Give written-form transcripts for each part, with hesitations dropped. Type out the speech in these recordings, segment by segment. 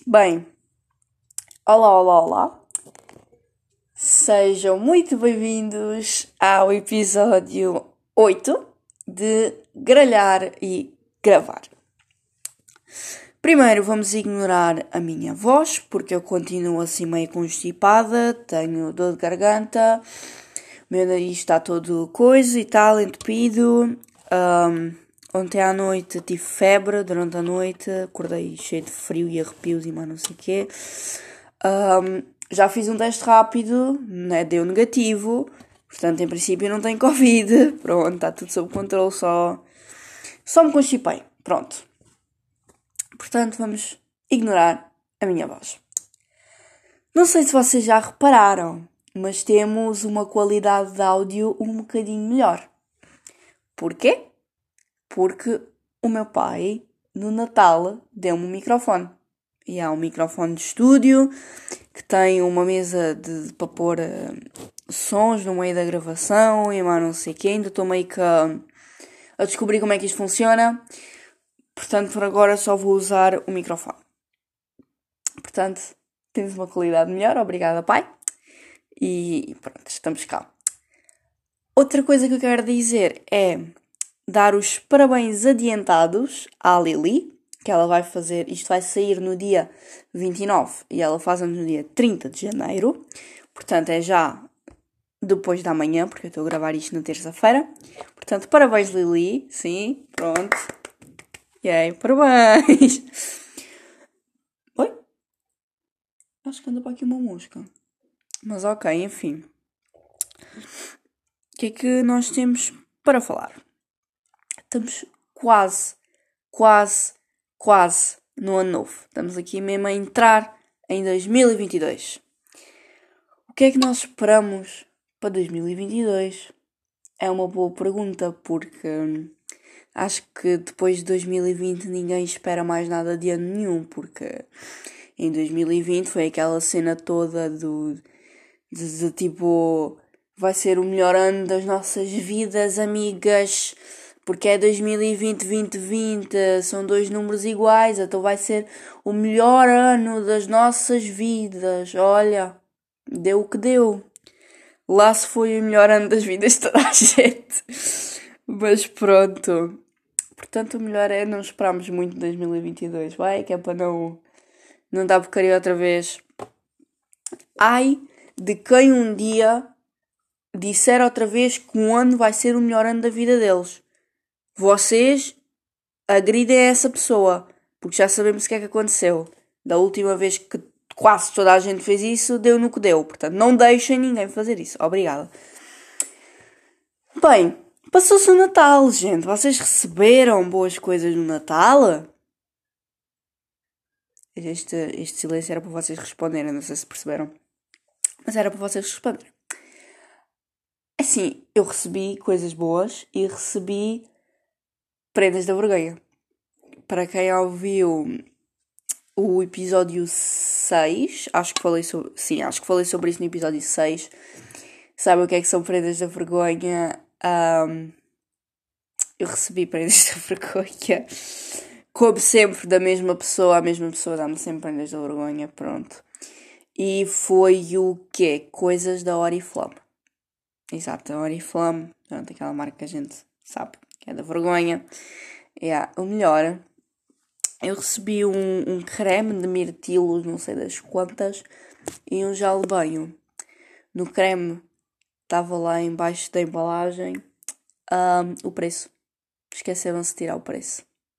Bem, olá, olá, olá. Sejam muito bem-vindos ao episódio 8 de Gralhar e Gravar. Primeiro vamos ignorar a minha voz, porque eu continuo assim meio constipada, tenho dor de garganta, o meu nariz está todo coisa e tal, entupido. Ontem à noite tive febre durante a noite, acordei cheio de frio e arrepios e mais não sei o quê. Já fiz um teste rápido, né, deu negativo, portanto em princípio não tenho Covid. Pronto, está tudo sob controle, só me constipei, pronto. Portanto vamos ignorar a minha voz. Não sei se vocês já repararam, mas temos uma qualidade de áudio um bocadinho melhor. Porquê? Porque o meu pai, no Natal, deu-me um microfone. E há um microfone de estúdio, que tem uma mesa para pôr sons no meio da gravação e mais não sei o quê. Ainda estou meio que a descobrir como é que isto funciona. Portanto, por agora só vou usar o microfone. Portanto, temos uma qualidade melhor. Obrigada, pai. E pronto, estamos cá. Outra coisa que eu quero dizer é dar os parabéns adiantados à Lili, que ela vai fazer, isto vai sair no dia 29 e ela faz no dia 30 de janeiro, portanto é já depois da manhã, porque eu estou a gravar isto na terça-feira. Portanto, parabéns Lili, sim, pronto. E aí, parabéns! Oi? Acho que anda para aqui uma mosca. Mas ok, enfim. O que é que nós temos para falar? Estamos quase no ano novo. Estamos aqui mesmo a entrar em 2022. O que é que nós esperamos para 2022? É uma boa pergunta, porque acho que depois de 2020 ninguém espera mais nada de ano nenhum, porque em 2020 foi aquela cena toda de tipo, vai ser o melhor ano das nossas vidas, amigas, porque é 2020, 2020, são dois números iguais, então vai ser o melhor ano das nossas vidas. Olha, deu o que deu. Lá se foi o melhor ano das vidas de toda a gente. Mas pronto. Portanto, o melhor é não esperarmos muito de 2022, vai? Que é para não dar porcaria outra vez. Ai de quem um dia disser outra vez que um ano vai ser o melhor ano da vida deles. Vocês agridem essa pessoa, porque já sabemos o que é que aconteceu. Da última vez que quase toda a gente fez isso, deu no que deu. Portanto, não deixem ninguém fazer isso. Obrigada. Bem, passou-se o Natal, gente. Vocês receberam boas coisas no Natal? Este silêncio era para vocês responderem, não sei se perceberam. Mas era para vocês responderem. Assim, eu recebi coisas boas e recebi prendas da vergonha. Para quem ouviu o episódio 6, acho que falei sobre isso no episódio 6. Sabe o que é que são prendas da vergonha? Eu recebi prendas da vergonha. Como sempre, da mesma pessoa. A mesma pessoa dá-me sempre prendas da vergonha, pronto. E foi o quê? Coisas da Oriflame. Exato, a Oriflame. Pronto, aquela marca que a gente sabe que é da vergonha. O melhor. Eu recebi um creme de mirtilos, não sei das quantas, e um gel de banho. No creme estava lá em baixo da embalagem o preço. Esqueceram-se de tirar o preço.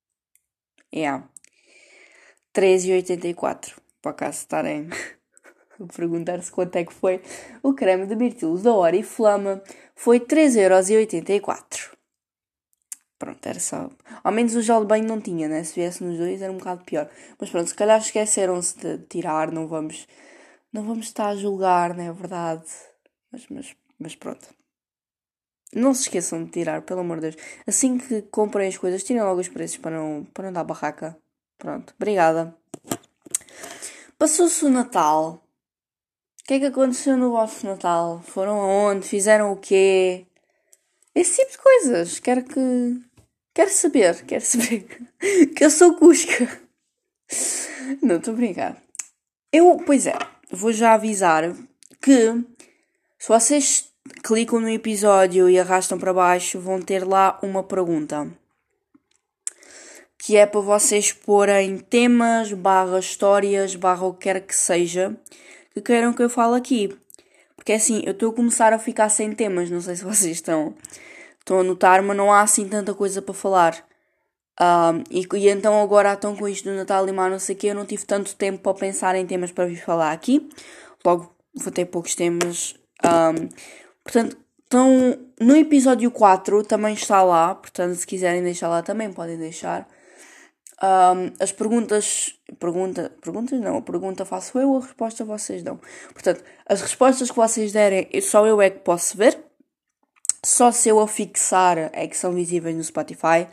3,84. Por acaso estarem a perguntar-se quanto é que foi o creme de mirtilos da Oriflame, foi 3,84€. Pronto, era só. Ao menos o gel de banho não tinha, né? Se viesse nos dois era um bocado pior. Mas pronto, se calhar esqueceram-se de tirar, não vamos estar a julgar, não é verdade? Mas pronto. Não se esqueçam de tirar, pelo amor de Deus. Assim que comprem as coisas, tirem logo os preços para não dar barraca. Pronto, obrigada. Passou-se o Natal. O que é que aconteceu no vosso Natal? Foram aonde? Fizeram o quê? Esse tipo de coisas. Quero saber. Que eu sou cusca. Não, estou a brincar. Pois é, vou já avisar que se vocês clicam no episódio e arrastam para baixo, vão ter lá uma pergunta. Que é para vocês porem temas, histórias, o que quer que seja, que queiram que eu fale aqui. Porque assim, eu estou a começar a ficar sem temas, não sei se vocês estão a notar, mas não há assim tanta coisa para falar. E então agora estão com isto do Natal e mais não sei o quê, eu não tive tanto tempo para pensar em temas para vir falar aqui. Logo, vou ter poucos temas. Portanto, então, no episódio 4 também está lá, portanto, se quiserem deixar lá também podem deixar. As perguntas não, a pergunta faço eu, a resposta vocês dão. Portanto, as respostas que vocês derem, só eu é que posso ver. Só se eu a fixar é que são visíveis no Spotify.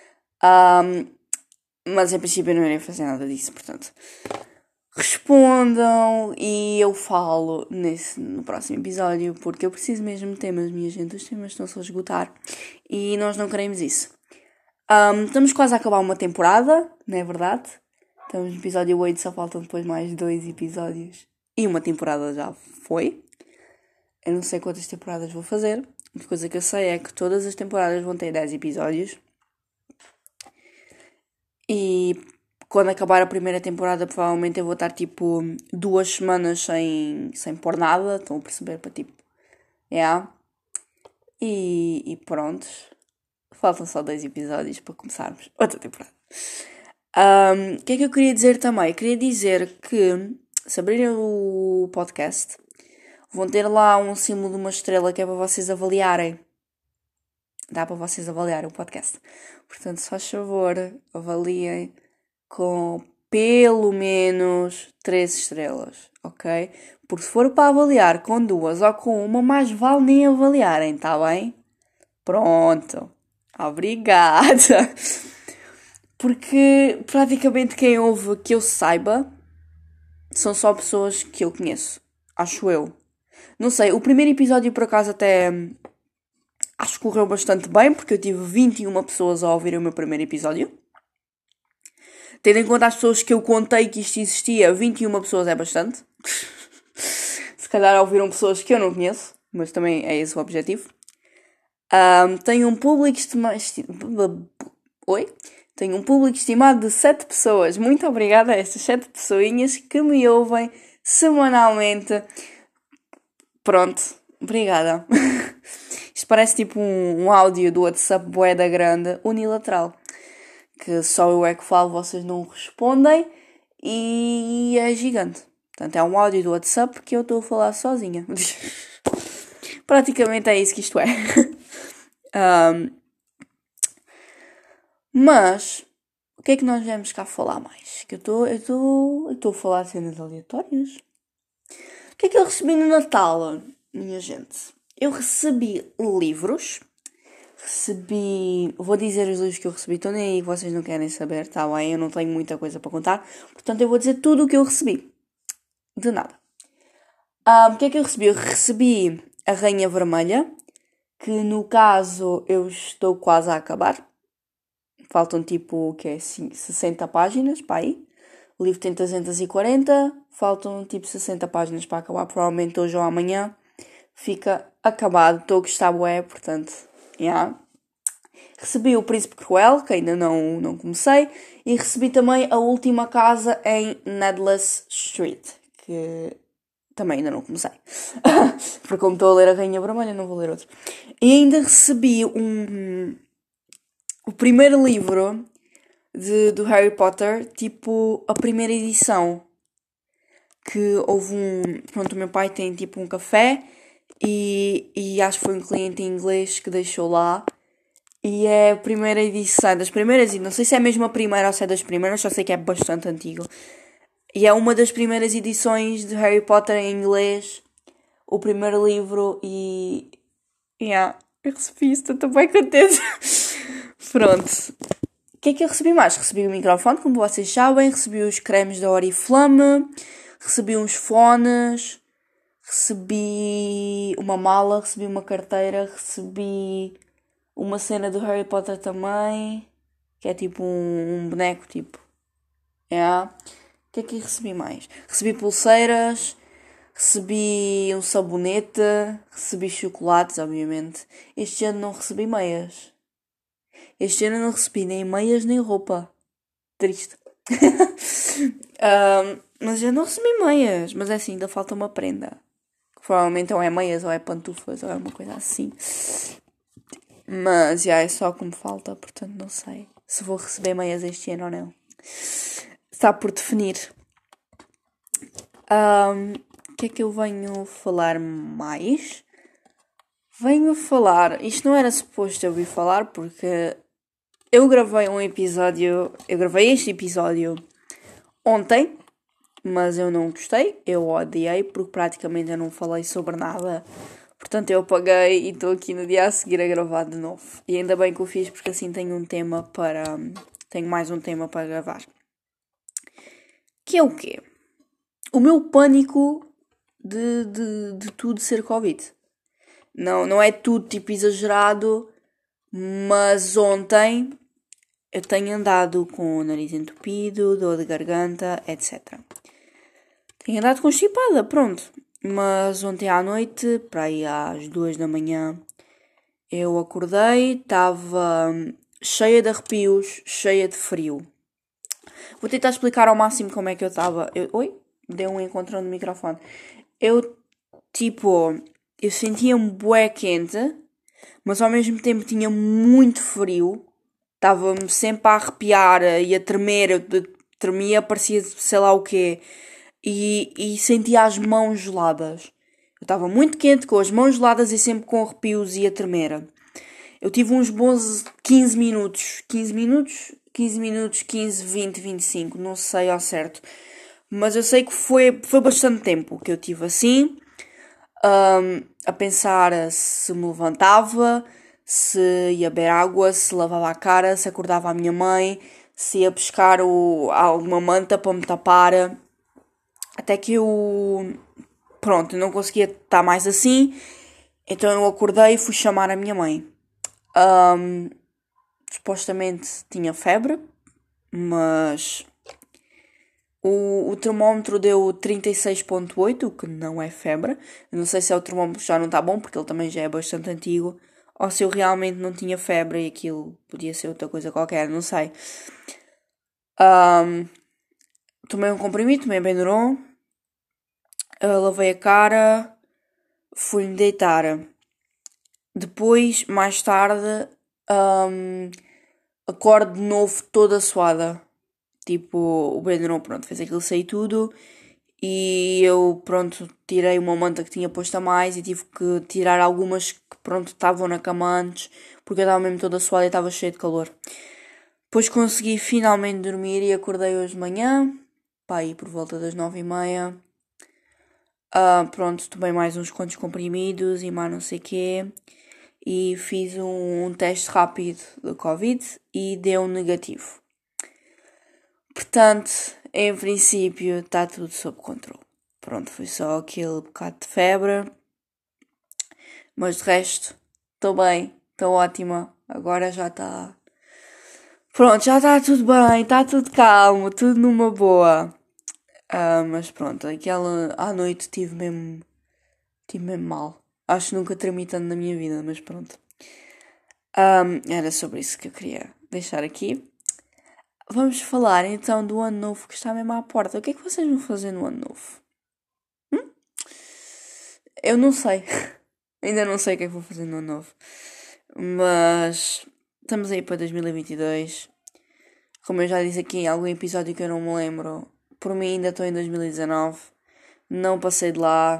Mas em princípio eu não irei fazer nada disso, portanto. Respondam e eu falo no próximo episódio, porque eu preciso mesmo de temas, minha gente. Os temas estão-se a esgotar e nós não queremos isso. Estamos quase a acabar uma temporada, não é verdade? Estamos no episódio 8, só faltam depois mais 2 episódios. E uma temporada já foi. Eu não sei quantas temporadas vou fazer. A coisa que eu sei é que todas as temporadas vão ter 10 episódios. E quando acabar a primeira temporada, provavelmente eu vou estar tipo 2 semanas sem pôr nada. Estão a perceber? Para tipo. Yeah. E pronto. Faltam só 2 episódios para começarmos outra temporada. O que é que eu queria dizer também? Queria dizer que, se abrirem o podcast, vão ter lá um símbolo de uma estrela que é para vocês avaliarem. Dá para vocês avaliarem o podcast. Portanto, se faz favor, avaliem com pelo menos 3 estrelas, ok? Porque se for para avaliar com 2 ou com uma, mais vale nem avaliarem, tá bem? Pronto. Obrigada. Porque praticamente quem ouve que eu saiba são só pessoas que eu conheço. Acho eu. Não sei, o primeiro episódio por acaso até acho que correu bastante bem, porque eu tive 21 pessoas a ouvir o meu primeiro episódio. Tendo em conta as pessoas que eu contei que isto existia, 21 pessoas é bastante. Se calhar ouviram pessoas que eu não conheço, mas também é esse o objetivo. Tenho um público Tenho um público estimado de 7 pessoas. Muito obrigada a estas 7 pessoinhas que me ouvem semanalmente. Pronto, obrigada. Isto parece tipo um áudio do WhatsApp bué da grande, unilateral. Que só eu é que falo, vocês não respondem e é gigante. Portanto, é um áudio do WhatsApp que eu estou a falar sozinha. Praticamente é isso que isto é. Mas, o que é que nós viemos cá falar mais? Que eu estou a falar de cenas aleatórias. O que é que eu recebi no Natal, minha gente? Eu recebi livros. Vou dizer os livros que eu recebi, estão nem aí que vocês não querem saber, tá bem? Eu não tenho muita coisa para contar. Portanto, eu vou dizer tudo o que eu recebi. De nada. O que é que eu recebi? Eu recebi a Rainha Vermelha, que no caso eu estou quase a acabar. Faltam tipo, o que é, 60 páginas para aí. O livro tem 340, faltam tipo 60 páginas para acabar. Provavelmente hoje ou amanhã fica acabado. Estou a gostar bué, portanto, yeah. Recebi o Príncipe Cruel, que ainda não comecei. E recebi também A Última Casa em Needless Street, que também ainda não comecei. Porque como estou a ler A Rainha Vermelha, não vou ler outro. E ainda recebi o primeiro livro do Harry Potter, tipo a primeira edição. Que houve Pronto, o meu pai tem tipo um café e acho que foi um cliente inglês que deixou lá. E é a primeira edição, das primeiras, e não sei se é mesmo a primeira ou se é das primeiras, só sei que é bastante antigo. E é uma das primeiras edições de Harry Potter em inglês, o primeiro livro, e yeah, eu recebi isso, estou bem contente. Pronto. O que é que eu recebi mais? Recebi o microfone, como vocês sabem, recebi os cremes da Oriflame, recebi uns fones, recebi uma mala, recebi uma carteira, recebi uma cena do Harry Potter também, que é tipo um boneco, tipo. Yeah. O que é que recebi mais? Recebi pulseiras, recebi um sabonete, recebi chocolates, obviamente. Este ano não recebi meias. Este ano não recebi nem meias nem roupa. Triste. Mas eu não recebi meias. Mas é assim, ainda falta uma prenda. Provavelmente ou é meias ou é pantufas ou é uma coisa assim. Mas já é só como falta, portanto não sei se vou receber meias este ano ou não. Está por definir. O que é que eu venho falar mais? Venho falar. Isto não era suposto eu vir falar porque eu gravei um episódio. Eu gravei este episódio ontem, mas eu não gostei. Eu odiei porque praticamente eu não falei sobre nada. Portanto eu apaguei e estou aqui no dia a seguir a gravar de novo. E ainda bem que o fiz porque assim tenho um tema para. Tenho mais um tema para gravar. Que é o quê? O meu pânico de tudo ser Covid. Não é tudo tipo exagerado, mas ontem eu tenho andado com o nariz entupido, dor de garganta, etc. Tenho andado constipada, pronto. Mas ontem à noite, para aí às 2 da manhã, eu acordei, estava cheia de arrepios, cheia de frio. Vou tentar explicar ao máximo como é que eu estava. Oi? Deu um encontrão no microfone. Eu sentia-me bué quente, mas ao mesmo tempo tinha muito frio. Estava-me sempre a arrepiar e a tremer. Eu tremia, parecia sei lá o quê. E sentia as mãos geladas. Eu estava muito quente, com as mãos geladas e sempre com arrepios e a tremer. Eu tive uns bons 15 minutos. 15 minutos? 15 minutos, 15, 20, 25. Não sei ao certo. Mas eu sei que foi bastante tempo que eu tive assim. A pensar se me levantava, se ia beber água, se lavava a cara, se acordava a minha mãe, se ia buscar alguma manta para me tapar. Até que pronto, não conseguia estar mais assim. Então eu acordei e fui chamar a minha mãe. Supostamente tinha febre, mas o termómetro deu 36,8, o que não é febre. Eu não sei se é o termómetro que já não está bom, porque ele também já é bastante antigo. Ou se eu realmente não tinha febre e aquilo podia ser outra coisa qualquer, não sei. Tomei um comprimido, tomei Benuron. Lavei a cara. Fui-me deitar. Depois, mais tarde, acordo de novo toda suada. Tipo, o Benuron, pronto, fez aquilo sair tudo. E eu, pronto, tirei uma manta que tinha posto a mais e tive que tirar algumas que, pronto, estavam na cama antes, porque eu estava mesmo toda suada e estava cheia de calor. Depois consegui finalmente dormir e acordei hoje de manhã, pá, aí por volta das 9h30. Pronto, tomei mais uns quantos comprimidos e mais não sei o quê. E fiz um teste rápido do Covid e deu negativo. Portanto, em princípio, está tudo sob controle. Pronto, foi só aquele bocado de febre. Mas de resto, estou bem, estou ótima. Agora já está. Pronto, já está tudo bem, está tudo calmo, tudo numa boa. Mas pronto, aquela à noite tive mesmo mal. Acho que nunca tremi tanto na minha vida, mas pronto. Era sobre isso que eu queria deixar aqui. Vamos falar então do ano novo que está mesmo à porta. O que é que vocês vão fazer no ano novo? Eu não sei. Ainda não sei o que é que vou fazer no ano novo. Mas estamos aí para 2022. Como eu já disse aqui em algum episódio que eu não me lembro, por mim ainda estou em 2019. Não passei de lá.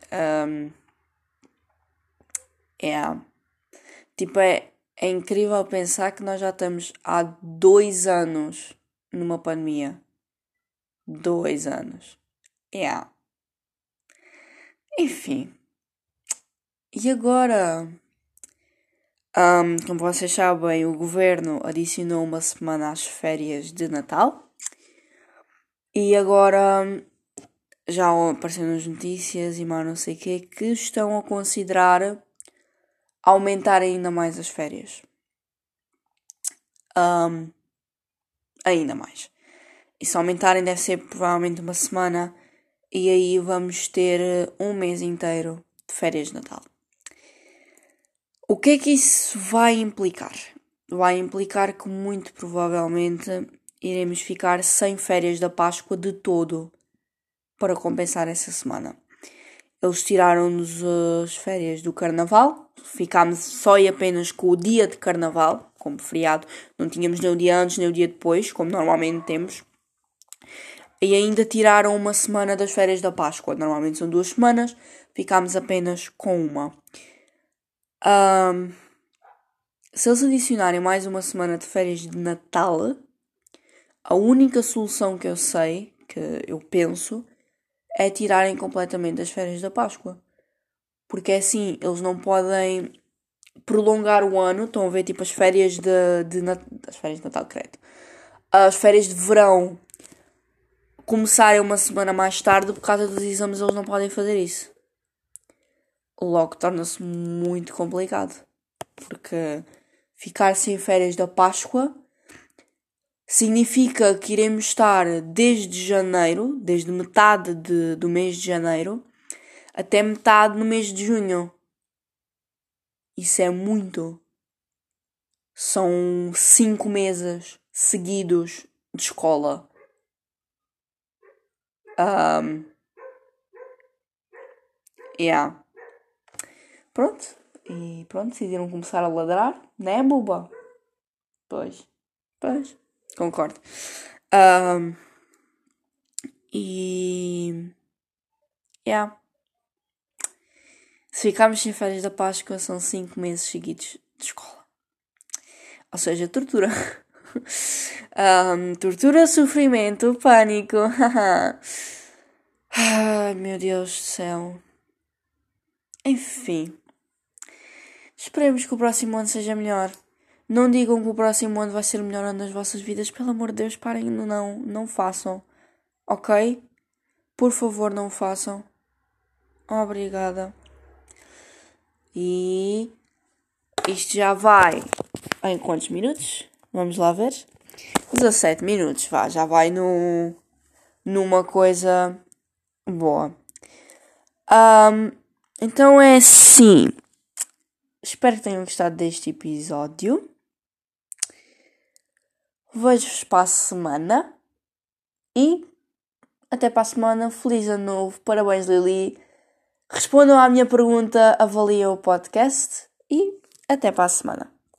Tipo, é incrível pensar que nós já estamos há 2 anos numa pandemia. 2 anos. Enfim. E agora? Como vocês sabem, o governo adicionou uma semana às férias de Natal. E agora já apareceram nas notícias e mais não sei o quê que estão a considerar aumentar ainda mais as férias. Ainda mais. E se aumentarem deve ser provavelmente uma semana. E aí vamos ter um mês inteiro de férias de Natal. O que é que isso vai implicar? Vai implicar que muito provavelmente iremos ficar sem férias da Páscoa de todo para compensar essa semana. Eles tiraram-nos as férias do Carnaval, ficámos só e apenas com o dia de Carnaval, como feriado, não tínhamos nem o dia antes nem o dia depois, como normalmente temos. E ainda tiraram uma semana das férias da Páscoa, normalmente são 2 semanas, ficámos apenas com uma. Se eles adicionarem mais uma semana de férias de Natal, a única solução que eu sei, que eu penso, é tirarem completamente as férias da Páscoa. Porque é assim, eles não podem prolongar o ano. Estão a ver, tipo, as férias as férias de Natal, credo. As férias de verão começarem uma semana mais tarde por causa dos exames, eles não podem fazer isso. Logo, torna-se muito complicado. Porque ficar sem férias da Páscoa significa que iremos estar desde janeiro, desde metade do mês de janeiro, até metade no mês de junho. Isso é muito. São 5 meses seguidos de escola. Yeah. Pronto. E pronto, decidiram começar a ladrar. Né, buba? Pois. Concordo. E... Yeah. Se ficarmos sem férias da Páscoa, são 5 meses seguidos de escola. Ou seja, tortura. Tortura, sofrimento, pânico. Ai, meu Deus do céu. Enfim. Esperemos que o próximo ano seja melhor. Não digam que o próximo ano vai ser o melhor ano das vossas vidas. Pelo amor de Deus, parem. Não façam. Ok? Por favor, não façam. Obrigada. E isto já vai em quantos minutos? Vamos lá ver. 17 minutos, vá. Já vai numa coisa boa. Então é assim. Espero que tenham gostado deste episódio. Vejo-vos para a semana. E até para a semana. Feliz ano novo. Parabéns, Lili. Respondam à minha pergunta. Avaliem o podcast. E até para a semana.